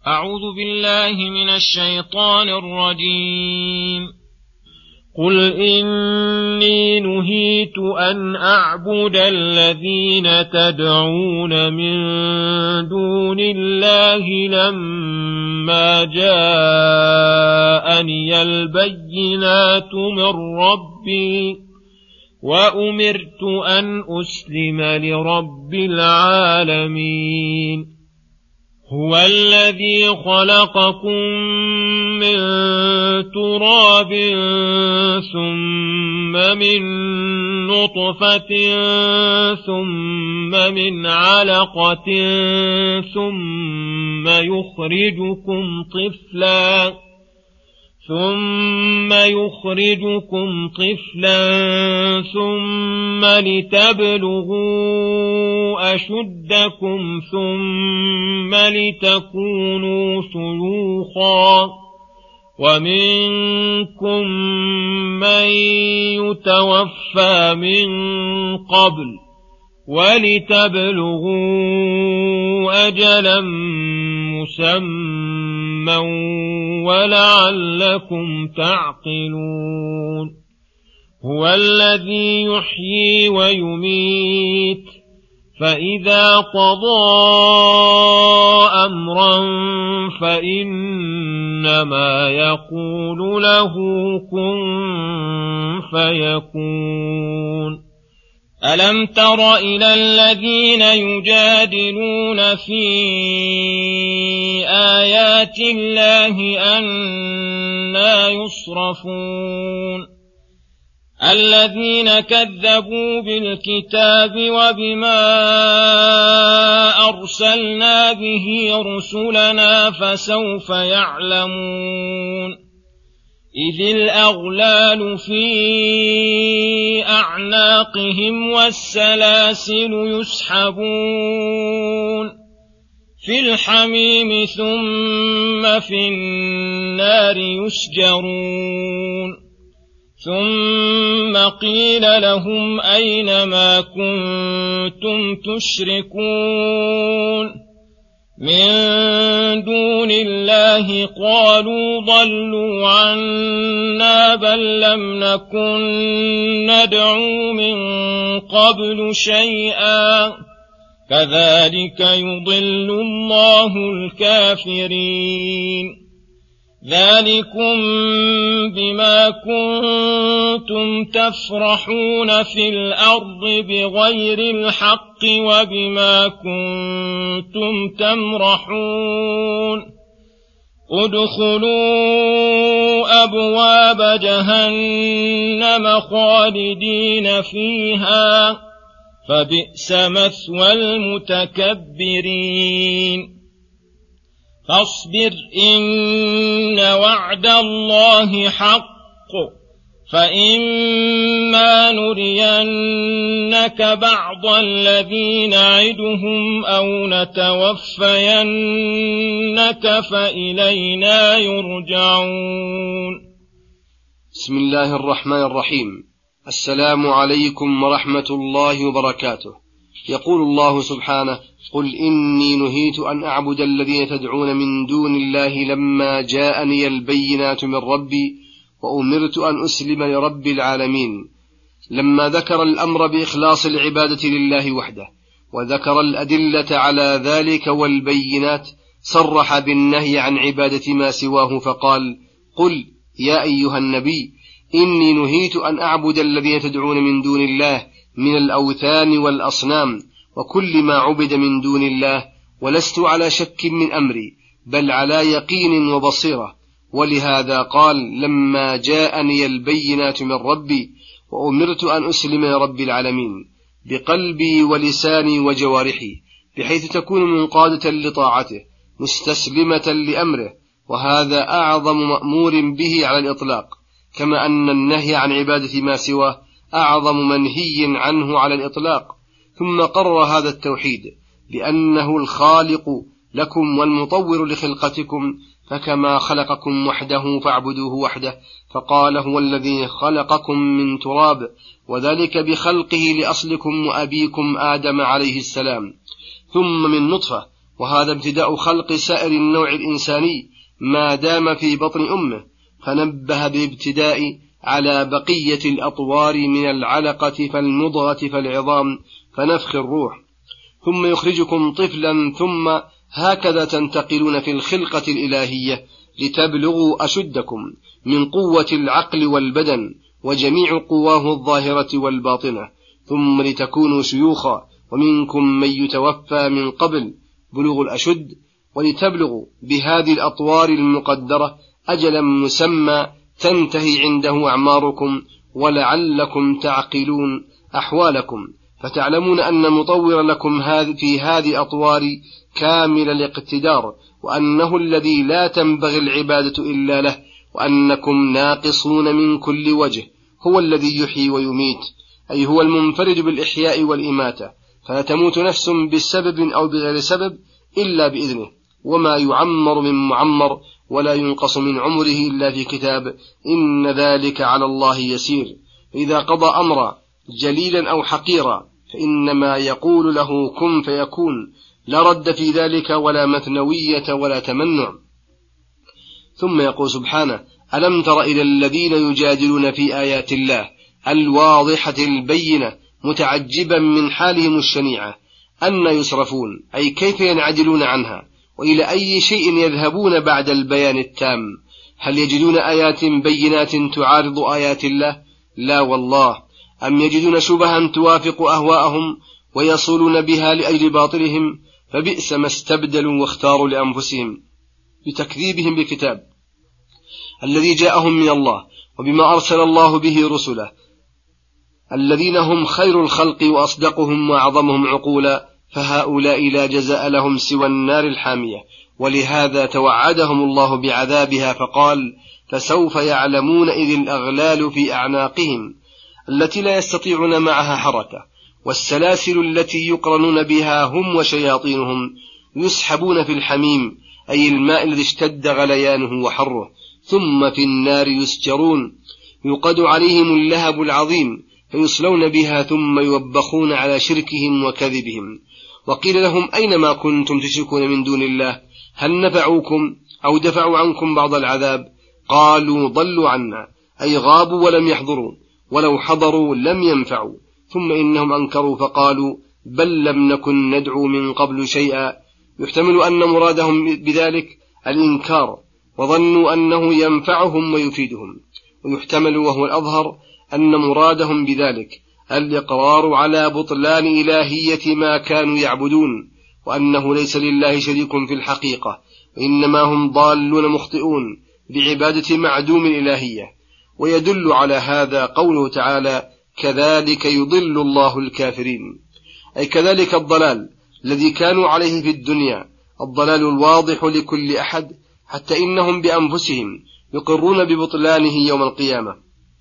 أعوذ بالله من الشيطان الرجيم. قل إني نهيت أن أعبد الذين تدعون من دون الله لما جاءني البينات من ربي وأمرت أن أسلم لرب العالمين. هو الذي خلقكم من تراب ثم من نطفة ثم من علقة ثم يخرجكم طفلا ثم لتبلغوا أشدكم ثم لتكونوا شيوخا ومنكم من يتوفى من قبل ولتبلغوا أجلا مسمى ولعلكم تعقلون. هو الذي يحيي ويميت فإذا قضى أمرا فإنما يقول له كن فيكون. ألم تر إلى الذين يجادلون في آيات الله أنى يصرفون؟ الذين كذبوا بالكتاب وبما أرسلنا به رسلنا فسوف يعلمون. إذ الأغلال في أعناقهم والسلاسل يسحبون في الحميم ثم في النار يسجرون. ثم قيل لهم أين ما كنتم تشركون من دون الله؟ قالوا ضلوا عنا بل لم نكن ندعو من قبل شيئا كذلك يضل الله الكافرين. ذلكم بما كنتم تفرحون في الأرض بغير الحق وبما كنتم تمرحون. ادخلوا أبواب جهنم خالدين فيها فبئس مثوى المتكبرين. فاصبر إن وعد الله حق فإما نرينك بعض الذي نعدهم أو نتوفينك فإلينا يرجعون. بسم الله الرحمن الرحيم. السلام عليكم ورحمة الله وبركاته. يقول الله سبحانه: قل إني نهيت أن أعبد الذين تدعون من دون الله لما جاءني البينات من ربي وأمرت أن أسلم لرب العالمين. لما ذكر الأمر بإخلاص العبادة لله وحده وذكر الأدلة على ذلك والبينات صرح بالنهي عن عبادة ما سواه فقال: قل يا أيها النبي إني نهيت أن أعبد الذين تدعون من دون الله من الأوثان والأصنام وكل ما عبد من دون الله، ولست على شك من أمري بل على يقين وبصيرة. ولهذا قال: لما جاءني البينات من ربي وأمرت أن أسلم لرب العالمين، بقلبي ولساني وجوارحي، بحيث تكون منقادة لطاعته مستسلمة لأمره، وهذا أعظم مأمور به على الإطلاق، كما أن النهي عن عبادة ما سواه أعظم منهي عنه على الإطلاق. ثم قرر هذا التوحيد بأنه الخالق لكم والمطور لخلقتكم، فكما خلقكم وحده فاعبدوه وحده، فقال: هو الذي خلقكم من تراب، وذلك بخلقه لأصلكم وأبيكم آدم عليه السلام، ثم من نطفة، وهذا ابتداء خلق سائر النوع الإنساني ما دام في بطن أمه، فنبه بابتداء على بقية الأطوار من العلقة فالمضغة فالعظام فنفخ الروح، ثم يخرجكم طفلا، ثم هكذا تنتقلون في الخلقة الإلهية لتبلغوا أشدكم من قوة العقل والبدن وجميع قواه الظاهرة والباطنة، ثم لتكونوا شيوخا ومنكم من يتوفى من قبل بلوغ الأشد، ولتبلغوا بهذه الأطوار المقدرة أجلا مسمى تنتهي عنده أعماركم، ولعلكم تعقلون أحوالكم، فتعلمون أن مطور لكم في هذه الأطوار كامل الاقتدار، وأنه الذي لا تنبغي العبادة إلا له، وأنكم ناقصون من كل وجه، هو الذي يحيي ويميت، أي هو المنفرد بالإحياء والإماتة، فلا تموت نفس بسبب أو بغير سبب إلا بإذنه، وما يعمر من معمر ولا ينقص من عمره إلا في كتاب، إن ذلك على الله يسير. إذا قضى أمرا جليلا أو حقيرا فإنما يقول له كن فيكون، لا رد في ذلك ولا مثنوية ولا تمنع. ثم يقول سبحانه: ألم تر إلى الذين يجادلون في آيات الله الواضحة البينة متعجبا من حالهم الشنيعة أن يصرفون، أي كيف ينعدلون عنها، وإلى أي شيء يذهبون بعد البيان التام؟ هل يجدون آيات بينات تعارض آيات الله؟ لا والله. أم يجدون شبها توافق أهواءهم ويصولون بها لأجل باطلهم؟ فبئس ما استبدلوا واختاروا لأنفسهم بتكذيبهم بالكتاب الذي جاءهم من الله وبما أرسل الله به رسله، الذين هم خير الخلق وأصدقهم وأعظمهم عقولا، فهؤلاء لا جزاء لهم سوى النار الحامية، ولهذا توعدهم الله بعذابها فقال: فسوف يعلمون إذ الأغلال في أعناقهم التي لا يستطيعون معها حركة، والسلاسل التي يقرنون بها هم وشياطينهم يسحبون في الحميم، أي الماء الذي اشتد غليانه وحره، ثم في النار يسجرون، يوقد عليهم اللهب العظيم فيصلون بها، ثم يوبخون على شركهم وكذبهم. وقيل لهم: أين ما كنتم تشركون من دون الله؟ هل نفعوكم أو دفعوا عنكم بعض العذاب؟ قالوا: ضلوا عنا، أي غابوا ولم يحضروا، ولو حضروا لم ينفعوا. ثم إنهم أنكروا فقالوا: بل لم نكن ندعو من قبل شيئا. يحتمل أن مرادهم بذلك الإنكار، وظنوا أنه ينفعهم ويفيدهم، ويحتمل وهو الأظهر أن مرادهم بذلك الإقرار على بطلان إلهية ما كانوا يعبدون، وأنه ليس لله شريك في الحقيقة، وإنما هم ضالون مخطئون بعبادة معدوم الإلهية. ويدل على هذا قوله تعالى: كذلك يضل الله الكافرين، أي كذلك الضلال الذي كانوا عليه في الدنيا، الضلال الواضح لكل أحد، حتى إنهم بأنفسهم يقرون ببطلانه يوم القيامة.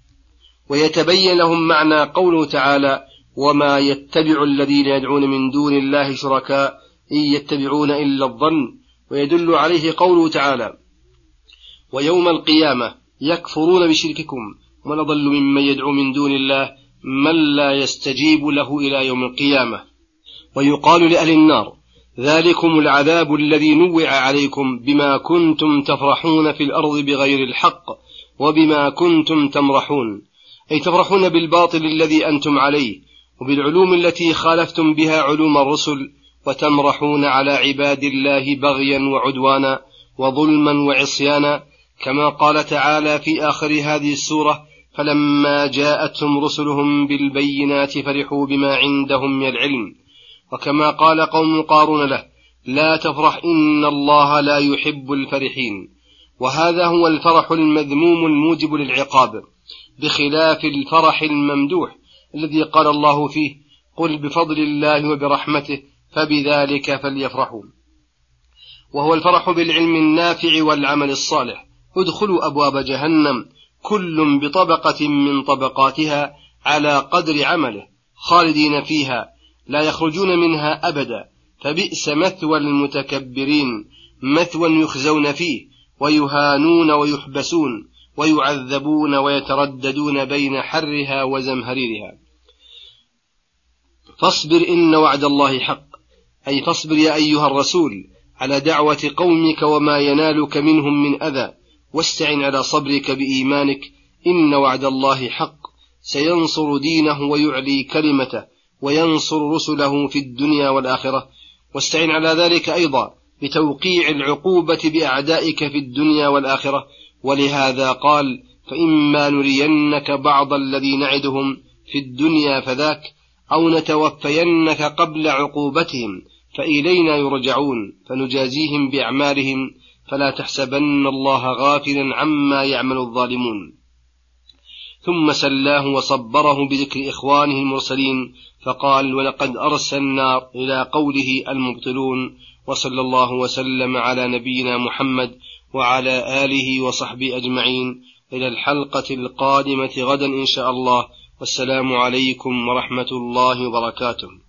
ويتبين لهم معنى قوله تعالى: وما يتبع الذين يدعون من دون الله شركاء إن يتبعون إلا الظن. ويدل عليه قوله تعالى: ويوم القيامة يكفرون بشرككم ومن أضل ممن يدعو من دون الله من لا يستجيب له إلى يوم القيامة. ويقال لأهل النار: ذلكم العذاب الذي نوع عليكم بما كنتم تفرحون في الأرض بغير الحق وبما كنتم تمرحون، أي تفرحون بالباطل الذي أنتم عليه وبالعلوم التي خالفتم بها علوم الرسل، وتمرحون على عباد الله بغيا وعدوانا وظلما وعصيانا، كما قال تعالى في آخر هذه السورة: فلما جاءتهم رسلهم بالبينات فرحوا بما عندهم من العلم. وكما قال قوم قارون له: لا تفرح إن الله لا يحب الفرحين. وهذا هو الفرح المذموم الموجب للعقاب، بخلاف الفرح الممدوح الذي قال الله فيه: قل بفضل الله وبرحمته فبذلك فليفرحوا. وهو الفرح بالعلم النافع والعمل الصالح. ادخلوا أبواب جهنم كل بطبقة من طبقاتها على قدر عمله خالدين فيها لا يخرجون منها أبدا، فبئس مثوى المتكبرين، مثوى يخزون فيه ويهانون ويحبسون ويعذبون ويترددون بين حرها وزمهريرها. فاصبر إن وعد الله حق، أي فاصبر يا أيها الرسول على دعوة قومك وما ينالك منهم من أذى، واستعن على صبرك بإيمانك، إن وعد الله حق، سينصر دينه ويعلي كلمته وينصر رسله في الدنيا والآخرة. واستعن على ذلك أيضا بتوقيع العقوبة بأعدائك في الدنيا والآخرة. ولهذا قال: فإما نرينك بعض الذي نعدهم في الدنيا فذاك، أو نتوفينك قبل عقوبتهم فإلينا يرجعون فنجازيهم بأعمالهم، فلا تحسبن الله غافلا عما يعمل الظالمون. ثم سلاه وصبره بذكر إخوانه المرسلين فقال: ولقد أرسلنا، إلى قوله المبطلون. وصلى الله وسلم على نبينا محمد وعلى آله وصحبه أجمعين، إلى الحلقة القادمة غدا إن شاء الله، والسلام عليكم ورحمة الله وبركاته.